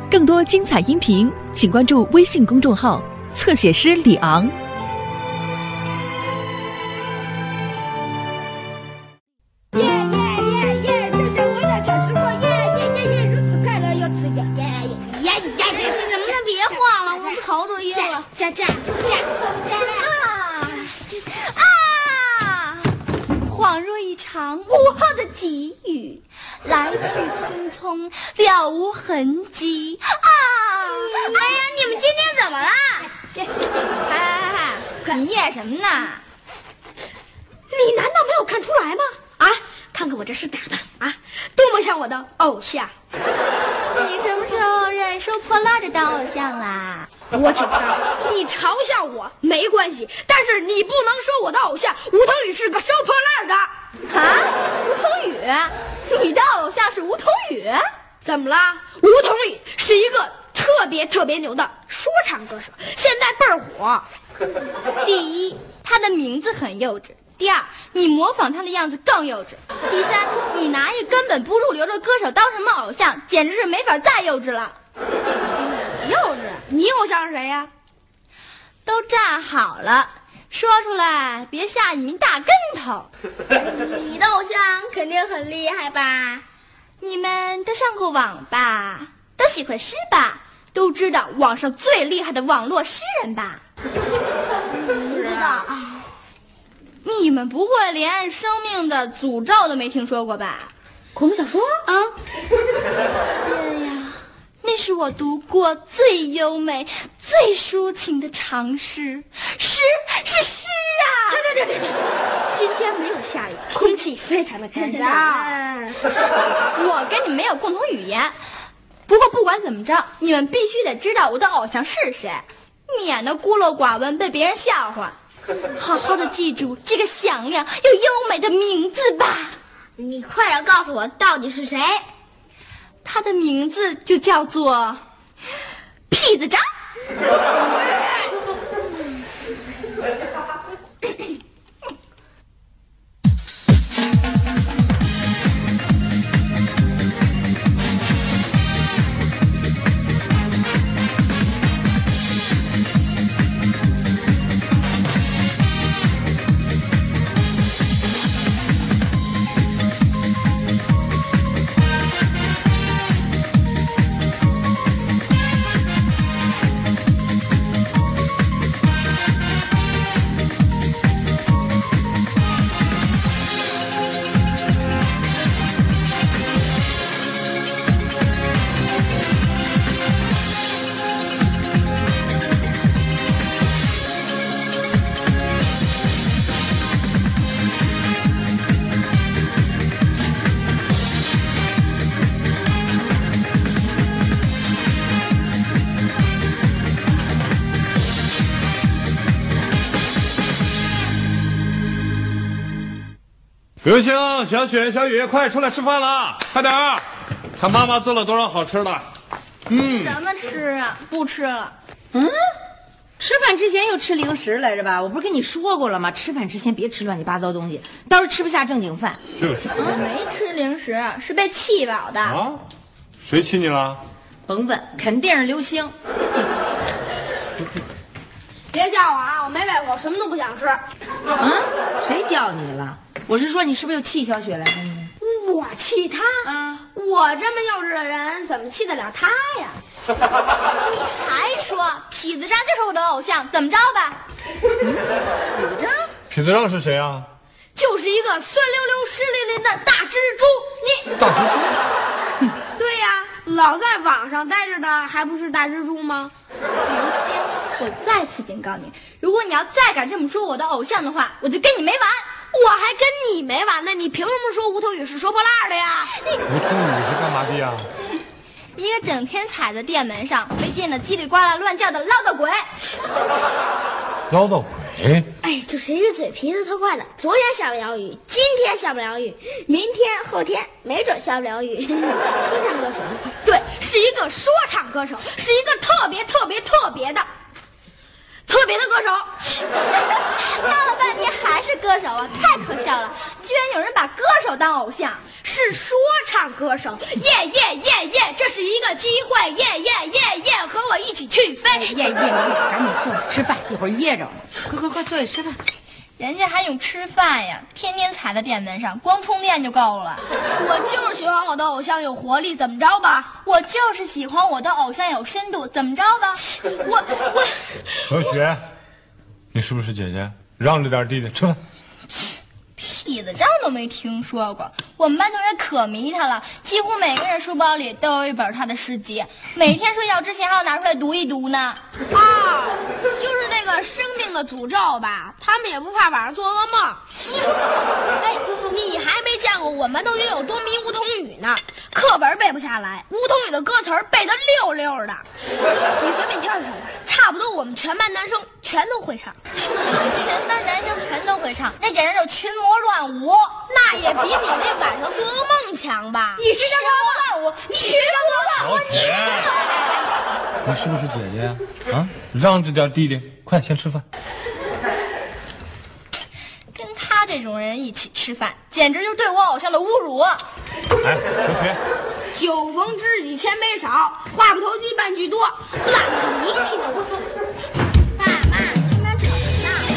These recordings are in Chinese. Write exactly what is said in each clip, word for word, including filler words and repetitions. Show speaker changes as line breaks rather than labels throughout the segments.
更多精彩音频，请关注微信公众号“侧写师李昂”。
耶耶耶耶！这是我的小吃货！耶耶耶耶！如此快乐又刺激！耶耶耶耶！
你能不能别晃了？我头都晕了。
这这这
啊啊！恍若一场午后的急雨，来去匆匆，了无痕迹啊！哎呀，你们今天怎么了？嗨嗨嗨！你演什么呢？
你难道没有看出来吗？啊，看看我这身打扮啊，多么像我的偶像！
你什么时候认收破烂的当偶像啦？
我警告你，嘲笑我没关系，但是你不能说我的偶像吴腾宇是个收破烂的。
啊，吴腾宇，你的偶像是吴腾宇？
怎么了？吴腾宇是一个特别特别牛的说唱歌手，现在倍儿火。
第一，他的名字很幼稚；第二，你模仿他的样子更幼稚；第三，你拿一个根本不入流的歌手当什么偶像，简直是没法再幼稚了。
幼稚？你偶像是谁呀？
都站好了，说出来别吓你们大跟头。你的偶像肯定很厉害吧？你们都上过网吧，都喜欢诗吧，都知道网上最厉害的网络诗人吧？不知道。你们不会连生命的诅咒都没听说过吧？
恐怖小说啊？
对呀，那是我读过最优美、最抒情的长诗。诗是诗啊！
对对对对对，今天没有下雨，空气非常的干燥。
我跟你们没有共同语言，不过不管怎么着，你们必须得知道我的偶像是谁，免得孤陋寡闻被别人笑话。好好的记住这个响亮又优美的名字吧。
你快点告诉我到底是谁？
他的名字就叫做痞子张。
刘星、小雪、小雨，快出来吃饭了，快点儿！看妈妈做了多少好吃的。嗯，
什么吃啊？不吃了。
嗯，吃饭之前又吃零食来着吧？我不是跟你说过了吗？吃饭之前别吃乱七八糟东西，到时候吃不下正经饭。
就是。
我没吃零食，是被气饱的。
啊？谁气你了？
甭问，肯定是刘星。
别叫我啊！我没胃口，什么都不想吃。
嗯，谁叫你了？我是说，你是不是又气小雪来了？
我气他啊！我这么幼稚的人，怎么气得了他呀？
你还说痞子张就是我的偶像，怎么着吧？
嗯，痞子张？
痞子张是谁啊？
就是一个酸溜溜、湿淋淋的大蜘蛛。你
大蜘蛛？
对呀，老在网上待着的，还不是大蜘蛛吗？
刘星，我再次警告你，如果你要再敢这么说我的偶像的话，我就跟你没完。
我还跟你没完呢，你凭什么说吴腾宇是收破烂的呀？
吴腾宇是干嘛的呀？
一个整天踩在店门上，被电得叽里呱啦乱叫的唠叨鬼。
唠叨鬼？
哎，就是一个嘴皮子特快的，昨天下不了雨，今天下不了雨，明天后天没准下不了雨。说唱歌手，对，是一个说唱歌手，是一个特别特别特别的特别的歌手。
闹了半天还是歌手啊，太可笑了！居然有人把歌手当偶像，
是说唱歌手，耶耶耶耶！这是一个个机会，耶耶耶耶，和我一起去飞！
耶耶，赶紧坐吃饭，一会儿噎着了。快快快，坐下吃饭。
人家还用吃饭呀，天天踩在电门上，光充电就够了。
我就是喜欢我的偶像有活力，怎么着吧？
我就是喜欢我的偶像有深度，怎么着吧？
我我
何雪，你是不是姐姐？让着点弟弟吃饭。
痞子章都没听说过，我们班同学可迷他了，几乎每个人书包里都有一本他的诗集，每天睡觉之前还要拿出来读一读呢。
啊，就是那个生命的诅咒吧？他们也不怕晚上做噩梦。哎，你还没见过我们同学有多迷梧桐雨呢？课本背不下来，梧桐雨的歌词背得溜溜的。你随便挑一首吧，差不多我们全班男生全都会唱。
全班男生全都会唱，那简直就群魔乱舞，
那也比你那晚上做噩梦强吧？
你是群魔乱舞，你群魔乱舞，你群魔乱舞。
你是不是姐姐呀？啊，让着点弟弟，快先吃饭。
跟他这种人一起吃饭，简直就是对我偶像的侮辱。
哎，同学，
酒逢知己千杯少，话不投机半句多，懒得理你呢。
爸妈，你们吵什么呢？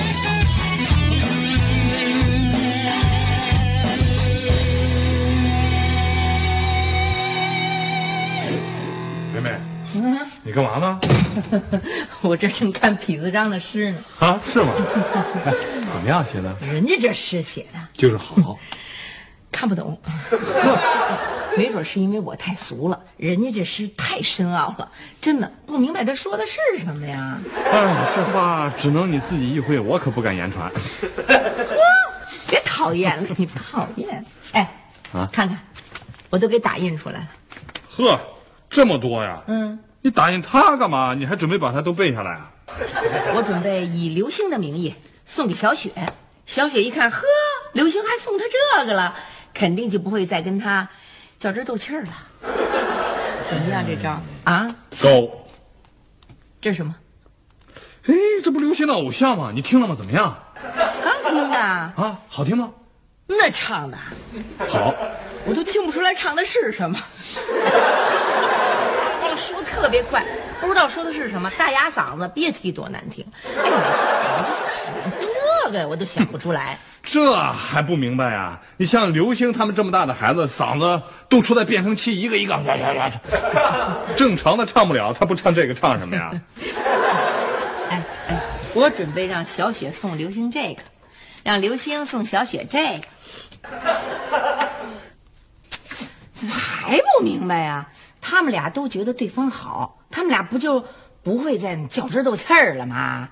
妹妹，嗯，你干嘛呢？
我这正看痞子章的诗呢。
啊，是吗？哎，怎么样写的？
人家这诗写的
就是好。
看不懂，没准是因为我太俗了，人家这诗太深奥了，真的不明白他说的是什么呀。
哎，这话只能你自己意会，我可不敢言传。
别讨厌了，你讨厌。哎，
啊，
看看，我都给打印出来了。
呵，这么多呀？
嗯，
你打印它干嘛？你还准备把它都背下来啊？
我准备以刘星的名义送给小雪。小雪一看，呵，刘星还送他这个了，肯定就不会再跟他较真斗气儿了。怎么样，这招啊？
高。
这是什么？
哎，这不刘星的偶像吗？你听了吗？怎么样？
刚听的
啊，好听吗？
那唱的
好，
我都听不出来唱的是什么。说特别快，不知道说的是什么，大哑嗓子，别提多难听。哎，你说怎么就喜欢听这个，我都想不出来。
这还不明白呀？你像刘星他们这么大的孩子，嗓子都出在变声期，一个一个呀呀呀，正常的唱不了，他不唱这个唱什么呀？
哎哎，我准备让小雪送刘星这个，让刘星送小雪这个。怎么还不明白呀？他们俩都觉得对方好，他们俩不就不会再较真斗气儿了吗？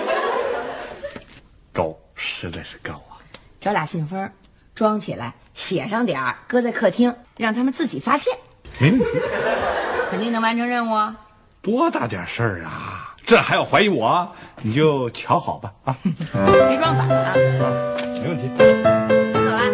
高，实在是高啊！
找俩信封，装起来，写上点儿，搁在客厅，让他们自己发现。
没问题，
肯定能完成任务。
多大点事儿啊！这还要怀疑我？你就瞧好吧啊！
没装反了啊！
没问题。
走了。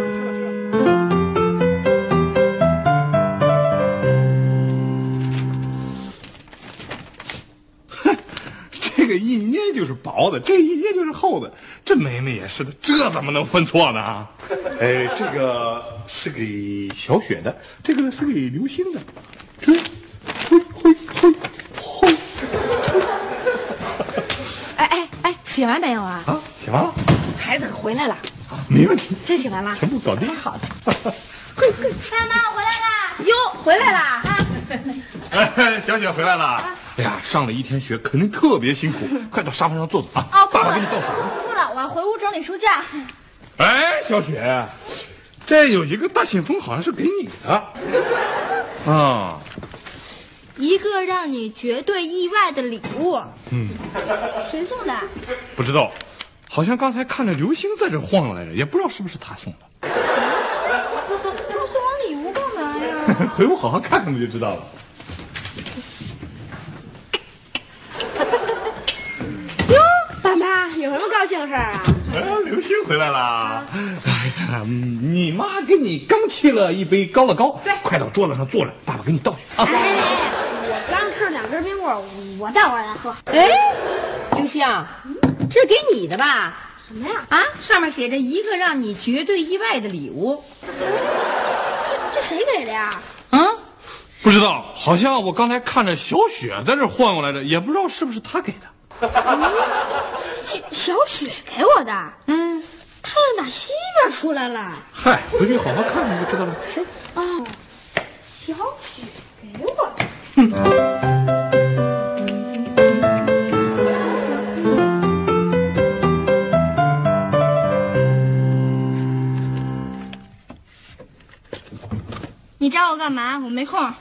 这个一捏就是薄的，这一捏就是厚的，这梅梅也是的，这怎么能分错呢？哎，这个是给小雪的，这个是给刘星的。这，嘿嘿嘿嘿。
哎哎哎，写完没有啊？
啊，写完了。
孩子可回来了，
没问题，
真写完了，
全部搞定。
太好的。
妈妈，我回来啦！
哟，回来啦！
哎，小雪回来了。哎呀，上了一天学，肯定特别辛苦。快到沙发上坐坐啊！
哦，
爸爸给你倒水。
不了，我要回屋整理书架。
哎，小雪，这有一个大信封，好像是给你的。啊，
一个让你绝对意外的礼物。
嗯，
谁送的？
不知道，好像刚才看着刘星在这晃来着，也不知道是不是他送的。
他送我礼物干嘛呀？
回屋好好看看不就知道了。
哟，爸妈有什么高兴事儿啊？
哎，刘星回来了。哎呀，你妈给你刚沏了一杯高乐高，
对，
快到桌子上坐着，爸爸给你倒去啊。
哎哎哎，我刚吃了两根冰棍，我待会儿来喝。
哎，刘星，这是给你的吧？
什么呀？
啊，上面写着一个让你绝对意外的礼物。
这这谁给的呀？
啊，
不知道，好像我刚才看着小雪在这晃悠来着，也不知道是不是她给的。
小小雪给我的，嗯，太阳打西边出来了。
嗨，回去好好看看就知道了。是。
哦，小雪给我的。
你找我干嘛？我没空。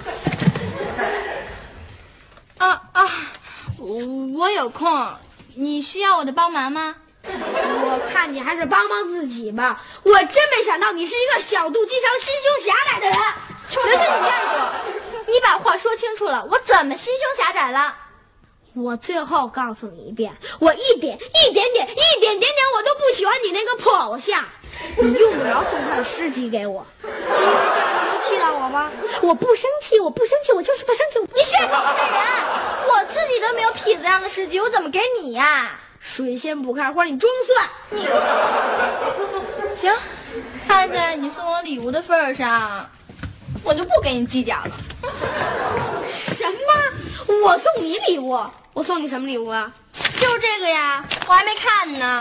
啊啊，我我有空。你需要我的帮忙吗？
我看你还是帮帮自己吧。我真没想到你是一个小肚鸡肠、心胸狭窄的人。
刘星，你站住！你把话说清楚了，我怎么心胸狭窄了？
我最后告诉你一遍，我一点一点点一点点点我都不喜欢你那个破偶像。你用不着送他的诗集给我，你以为这样就能气到我吗？我不生气，我不生气，我就是不生气。
你血口不对人，我自己都没有痞子样的诗集，我怎么给你呀？
水仙不开花，你装蒜。
你行，看在你送我礼物的份上，我就不跟你计较了。
什么？我送你礼物？我送你什么礼物啊？
就是这个呀，我还没看呢。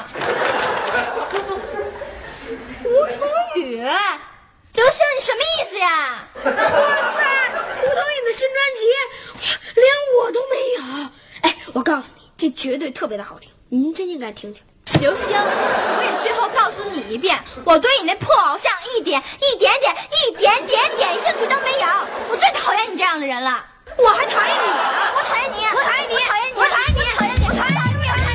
梧桐雨，刘星，你什么意思呀？
哇塞，梧桐雨的新专辑，连我都没有。哎，我告诉你，这绝对特别的好听，您真应该听听。
刘星，我也最后告诉你一遍，我对你那破偶像一点一点点一点点点兴趣都没有。我最讨厌你这样的人了。
我还讨厌你啊！
我讨厌你，
我讨厌你，
我讨厌你，
我讨厌你，
我讨厌你，我讨厌你，我讨厌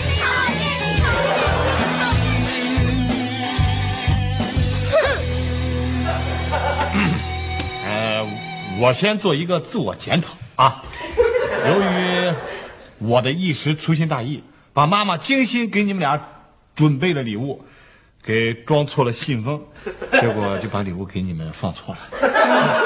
你。呃，我先做一个自我检讨啊。由于我的一时粗心大意，把妈妈精心给你们俩准备的礼物给装错了信封，结果就把礼物给你们放错了。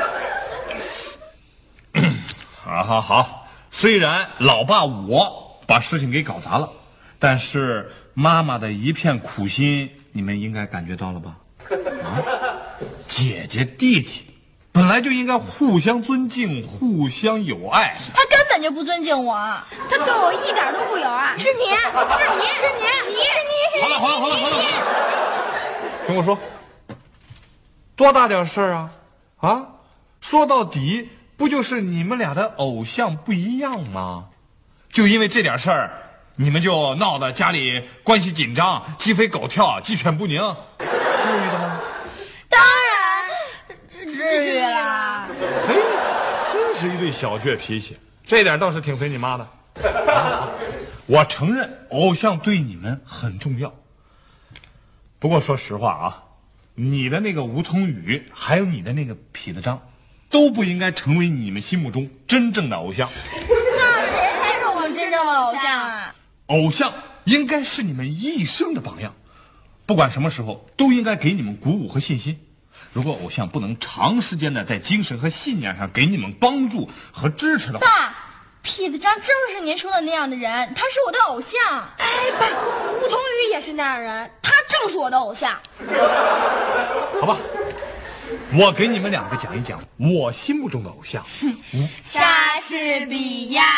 好好好，虽然老爸我把事情给搞砸了，但是妈妈的一片苦心，你们应该感觉到了吧？啊，姐姐弟弟本来就应该互相尊敬，互相友爱。
他根本就不尊敬我，
他对我一点都不友爱。
是你，是你，是你，你是你，是你。
好了好了好了好了，听我说，多大点事儿啊？啊，说到底。不就是你们俩的偶像不一样吗？就因为这点事儿，你们就闹得家里关系紧张，鸡飞狗跳，鸡犬不宁，至于的吗？
当然至于了。
嘿，真是一对小倔脾气，这点倒是挺随你妈的。啊、我承认偶像对你们很重要，不过说实话啊，你的那个梧桐雨，还有你的那个痞子张。都不应该成为你们心目中真正的偶像。
那谁才是我们真正的偶像啊？
偶像应该是你们一生的榜样，不管什么时候都应该给你们鼓舞和信心。如果偶像不能长时间的在精神和信念上给你们帮助和支持的话，
爸，痞子张正是您说的那样的人，他是我的偶像。
哎，爸，梧桐雨也是那样的人，他正是我的偶像。
好吧。我给你们两个讲一讲我心目中的偶像，
嗯、莎士比亚。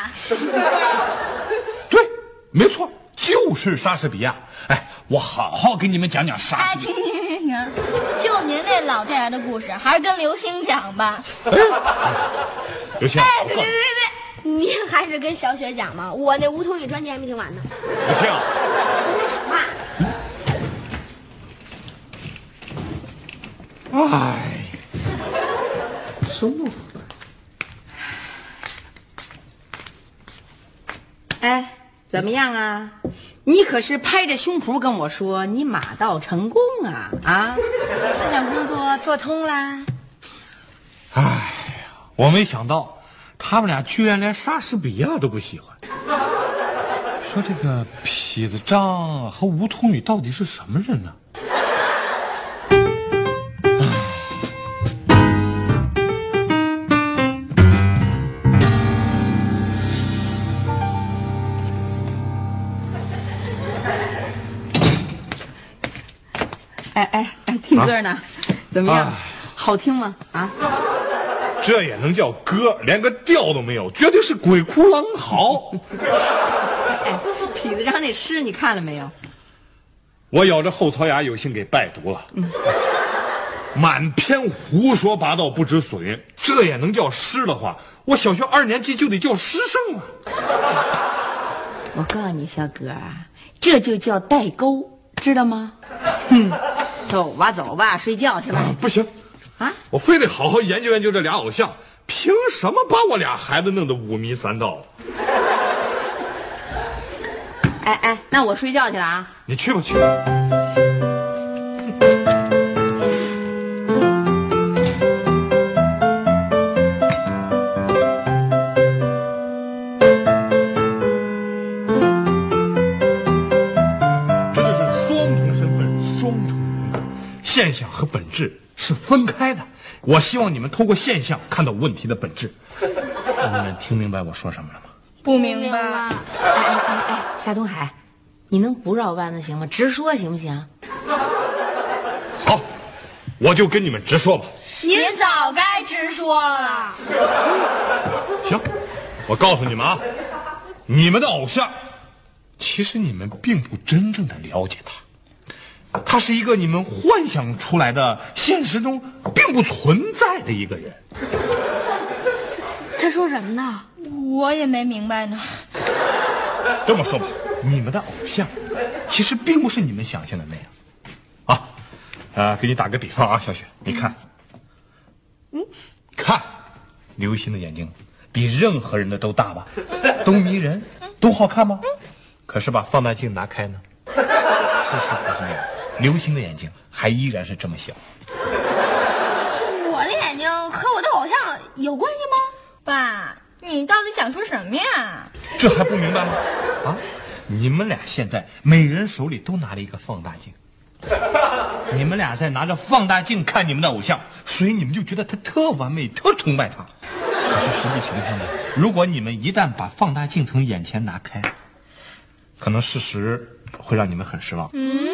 对，没错，就是莎士比亚。哎，我好好给你们讲讲莎士比亚。
哎，停停停！就您那老掉牙的故事，还是跟刘星讲吧。
哎，刘星，
哎，别别别别，您还是跟小雪讲吧，我那梧桐雨专辑还没听完呢。
刘星，
你在讲嘛？
哎，什么？
哎，怎么样啊？你可是拍着胸脯跟我说你马到成功啊啊！思想工作做通啦。
哎呀，我没想到他们俩居然连莎士比亚都不喜欢。说这个痞子张和梧桐雨到底是什么人呢？
哎哎哎，听歌呢，啊、怎么样？
啊、
好听吗？啊，
这也能叫歌？连个调都没有，绝对是鬼哭狼嚎。
哎，痞子张那诗你看了没有？
我咬着后槽牙有幸给拜读了。嗯，满篇胡说八道不知所云，这也能叫诗的话，我小学二年级就得叫诗圣了。
我告诉你，小哥，这就叫代沟，知道吗？哼，走吧走吧，睡觉去吧。
啊、不行
啊！
我非得好好研究研究这俩偶像，凭什么把我俩孩子弄得五迷三道？
哎哎，那我睡觉去了啊！
你去吧去吧。这就是双重身份、双重人格，现象和本质是分开的。我希望你们通过现象看到问题的本质。你们听明白我说什么了吗？
不明白。
哎哎哎哎，夏东海，你能不绕弯子行吗？直说行不行？
好，我就跟你们直说吧。
您早该直说了。
行，我告诉你们啊，你们的偶像，其实你们并不真正的了解他，他是一个你们幻想出来的，现实中并不存在的一个人。
他说什么呢？
我也没明白呢。
这么说吧，你们的偶像其实并不是你们想象的那样啊。呃，给你打个比方啊，小雪，你看，嗯，看，刘星的眼睛比任何人的都大吧，都迷人，都好看吗？可是把放大镜拿开呢，事实不是那样，刘星的眼睛还依然是这么小。
我的眼睛和我的偶像有关系吗？
爸，你到底想说什么呀？
这还不明白吗？啊，你们俩现在每人手里都拿了一个放大镜，你们俩在拿着放大镜看你们的偶像，所以你们就觉得他特完美，特崇拜他。可是实际情况呢？如果你们一旦把放大镜从眼前拿开，可能事实会让你们很失望。嗯，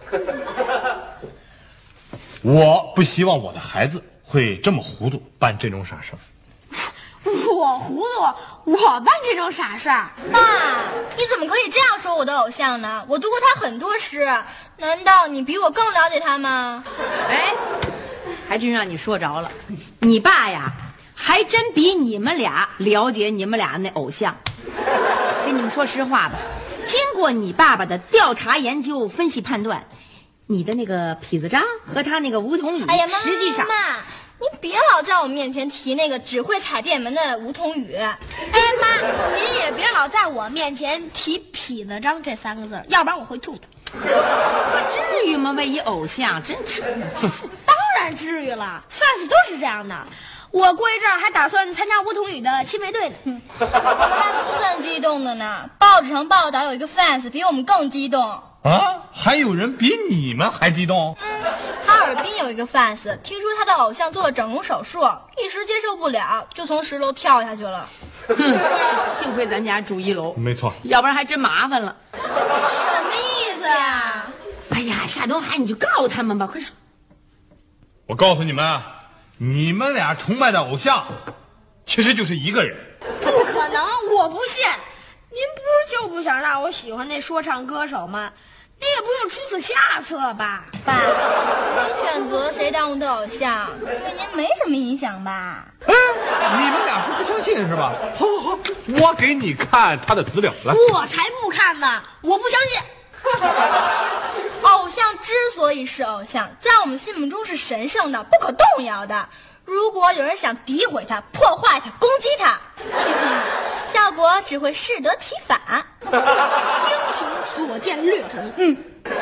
我不希望我的孩子会这么糊涂，办这种傻事儿。
我糊涂，我办这种傻事儿。
爸，你怎么可以这样说我的偶像呢？我读过他很多诗，难道你比我更了解他吗？
哎，还真让你说着了。你爸呀，还真比你们俩了解你们俩那偶像。跟你们说实话吧，经过你爸爸的调查研究、分析判断，你的那个痞子张和他那个梧桐雨，
哎呀，妈妈，
实际上。
你别老在我面前提那个只会踩电门的梧桐雨。
哎妈，您也别老在我面前提痞子张这三个字，要不然我会吐的。
至于吗？为一偶像，真是。
当然至于了 ，fans 都是这样的。我过一阵儿还打算参加梧桐雨的青梅队呢。
我们还不算激动的呢，报纸上报道有一个 fans 比我们更激动。
啊，还有人比你们还激动？
嗯，哈尔滨有一个 fans， 听说他的偶像做了整容手术，一时接受不了，就从十楼跳下去了。
哼，幸亏咱家住一楼，
没错，
要不然还真麻烦了。
什么意思呀？
哎呀，夏东海，你就告诉他们吧，快说。
我告诉你们，你们俩崇拜的偶像，其实就是一个人。
不可能，我不信。您不是就不想让我喜欢那说唱歌手吗？你也不用出此下策吧？
爸，你选择谁当我的偶像，对您没什么影响吧？
哎，你们俩是不相信是吧？好好好，我给你看他的资料来。
我才不看呢，我不相信。
偶像之所以是偶像，在我们心目中是神圣的、不可动摇的。如果有人想诋毁他、破坏他、攻击他，效果只会适得其反。
英雄所见略同。嗯，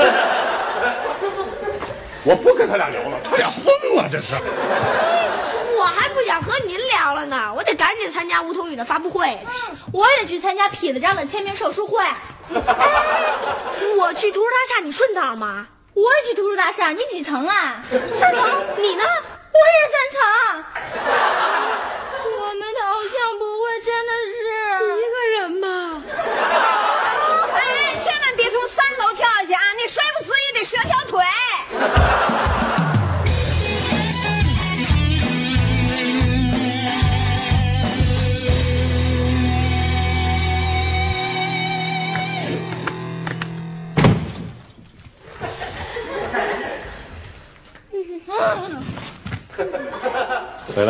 我不跟他俩聊了，他俩疯了，这是。
我还不想和您聊了呢，我得赶紧参加梧桐雨的发布会去。
我也得去参加痞子张的签名售书会。
我去图书大厦，你顺道吗？
我也去图书大厦，你几层啊？
三层。你呢？
我也三层。我们的偶像不会真的是
一个人吧？
哎，千万别从三楼跳下去啊！你摔不死也得折条腿。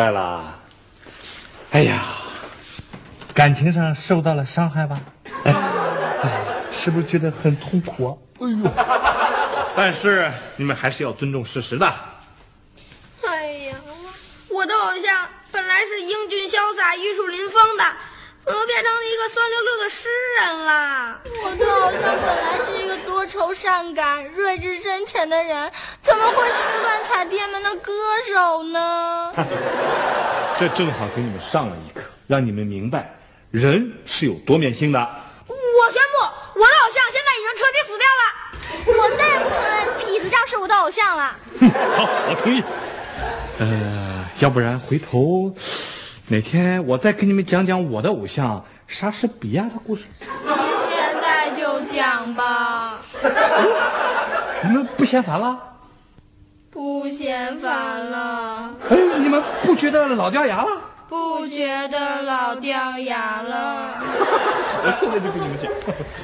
来了。哎呀，感情上受到了伤害吧？哎，是不是觉得很痛苦啊？哎呦！但是你们还是要尊重事实的。
哎呀，我的偶像本来是英俊潇洒、玉树临风的，怎么变成了一个酸溜溜的诗人了？
我的偶像本来是一个多愁善感、睿智深沉的人，怎么会是个乱踩电门的歌手呢？
这正好给你们上了一课，让你们明白人是有多面性的。
我宣布，我的偶像现在已经彻底死掉了。
我再也不承认痞子酱是我的偶像了。
好，我同意。呃，要不然回头哪天我再给你们讲讲我的偶像莎士比亚的故事。
您现在就讲吧。
你们不嫌烦了？
不嫌烦了。
哎，你们不觉得老掉牙了？
不觉得老掉牙了。
我现在就跟你们讲。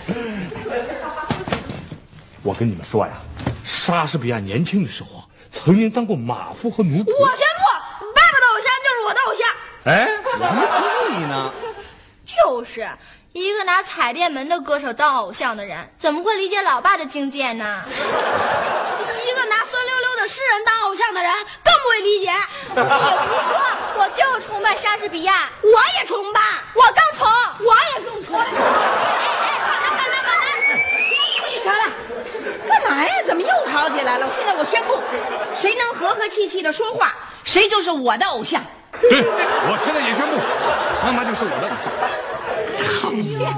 我跟你们说呀，莎士比亚年轻的时候曾经当过马夫和奴仆。
我宣布，爸爸的偶像就是我的偶像。
哎，我还没同意你呢。
就是一个拿踩电门的歌手当偶像的人，怎么会理解老爸的境界呢？
一个拿酸溜溜的诗人当偶像的人，更不会理解。
你胡说，我就崇拜莎士比亚，
我也崇拜，
我更崇，
我也更崇。哎哎，快来快来快来！
别吵了，干嘛呀？怎么又吵起来了？现在我宣布，谁能和和气气的说话，谁就是我的偶像。
对，我现在也宣布，妈妈就是我的偶像。
讨厌。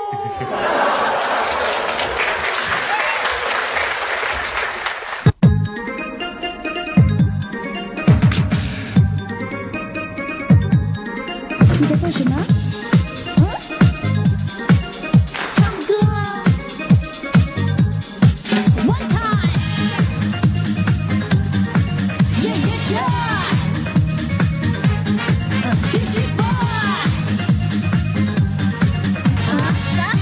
你在做什么？嗯？唱歌啊 ！One time, yeah yeah sure, D J boy。啊？啥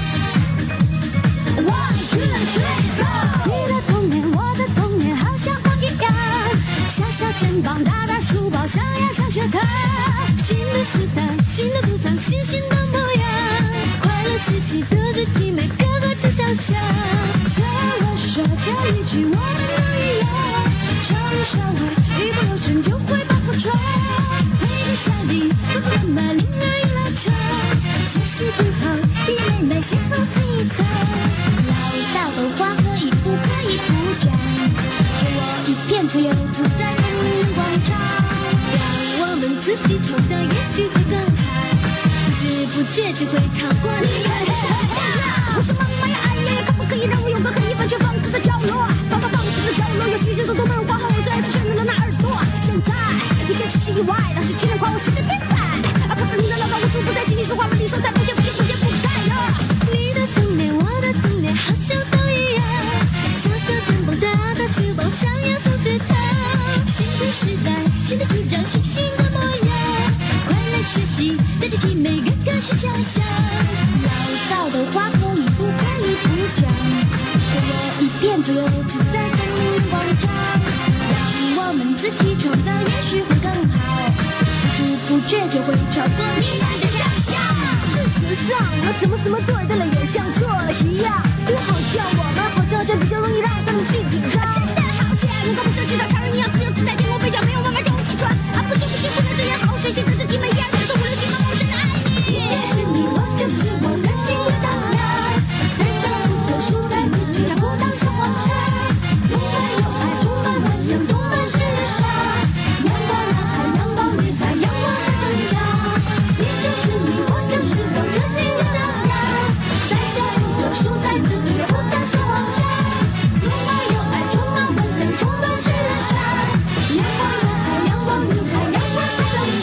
？One two three go。你的童年，我的童年，好像风一样，小小肩膀，大大书包，上呀上学堂。新的时代，新的主张，新新的模样，快乐学习的主题，每个个只想象。听我说这一句，我们都一样，少里少外，一不留神就会把服装。回到家里，爸爸妈妈铃儿一拉长，这是不好，弟妹妹先后自残。老道的话可以不可以不讲？给我一片自由自在的广场。我们自己创造，也许会更好，不知不觉就会超过你的想象。我说妈妈呀，哎呀呀，可不可以让我有个可以完全放肆的角落？爸爸放肆的角落，有新鲜的都没有挂号，我最爱吃炫耀的那耳朵。现在一切只是意外，当时竟然夸我是个天才。啊，可是你的老板无处不在，请你说话，问你说在不见不见不见不该了。你的童年，我的童年，好像都一样，小小肩膀，大大书包，上呀上学堂。新的时代，新的主张，新新的模样，快乐学习的这题，每个个是强项。老道的话可以不可以不讲？给我一片自由自在的广场，让我们自己创造，也许会更好，不知不觉就会超过你的想象。事实上，我什么什么对的了，也像错了一样。就好像我们好像就比较容易让他们去紧张，真的好像能够不像其他常人一样自由自在，天空飞翔，没有妈妈叫我起床。啊，不行不行，不能这样，好学习的弟妹一样，动物流行，妈妈我真的爱你。你就是你，我就是我，任性的荡漾，在上不走，输在自己，掌握当时皇上。充满有爱，充满幻想，充满时尚。阳光男孩，阳光女孩，阳光下成长。你就是你，我就是我，任性的荡漾，在上不走，输在自己，掌握当时皇上。充满有爱，充满幻想，充满时尚。阳光男孩，阳光女孩，阳光下成长。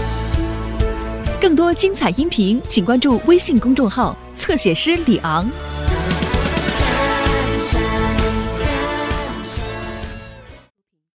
更多精彩音频，请关注微信公众号“侧写师李昂”。